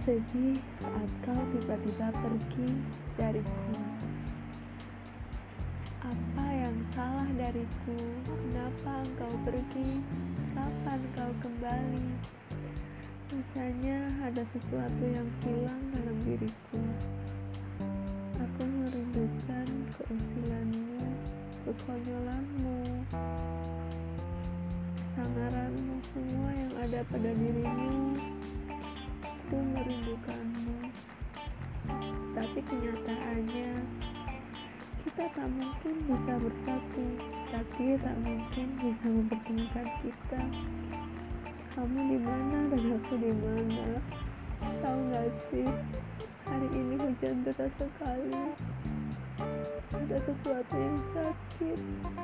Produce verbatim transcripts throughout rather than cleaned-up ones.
sedih saat kau tiba-tiba pergi dariku. Apa yang salah dariku? Kenapa engkau pergi? Kapan kau kembali? Rasanya ada sesuatu yang hilang dalam diriku. Aku merindukan keusilanmu, kekonyolanmu, kesangaranmu, semua yang ada pada dirimu. Aku merindukanmu. Tapi kenyataannya kita tak mungkin bisa bersatu, tapi tak mungkin bisa mempertemukan kita. Kamu di mana dan aku di mana? Tahu gak sih, hari ini hujan deras sekali. Ada sesuatu yang sakit,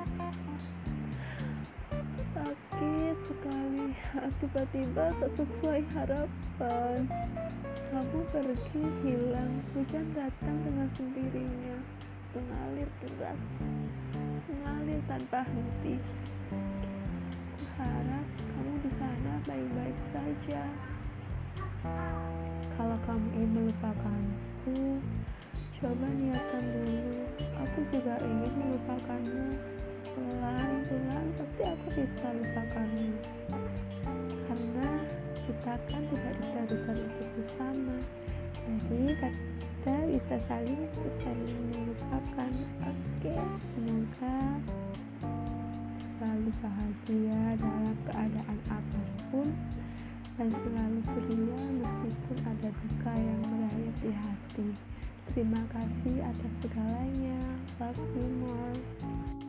sakit sekali. Tiba-tiba tak sesuai harapan. Kamu pergi, hilang. Hujan datang dengan sendirinya, mengalir deras, mengalir tanpa henti. Kuharap kamu di sana baik-baik saja. Kalau kamu ingin melupakanku, coba niatkan dulu. Aku juga ingin melupakanmu. Pelan-pelan pasti aku bisa lupakanmu. Karena kita kan tidak ditakdirkan untuk bersama. Jadi kita bisa saling saling melupakan. Oke, semoga selalu bahagia dalam keadaan apapun dan selalu ceria meskipun ada duka yang merayap di hati. Terima kasih atas segalanya. Love you more.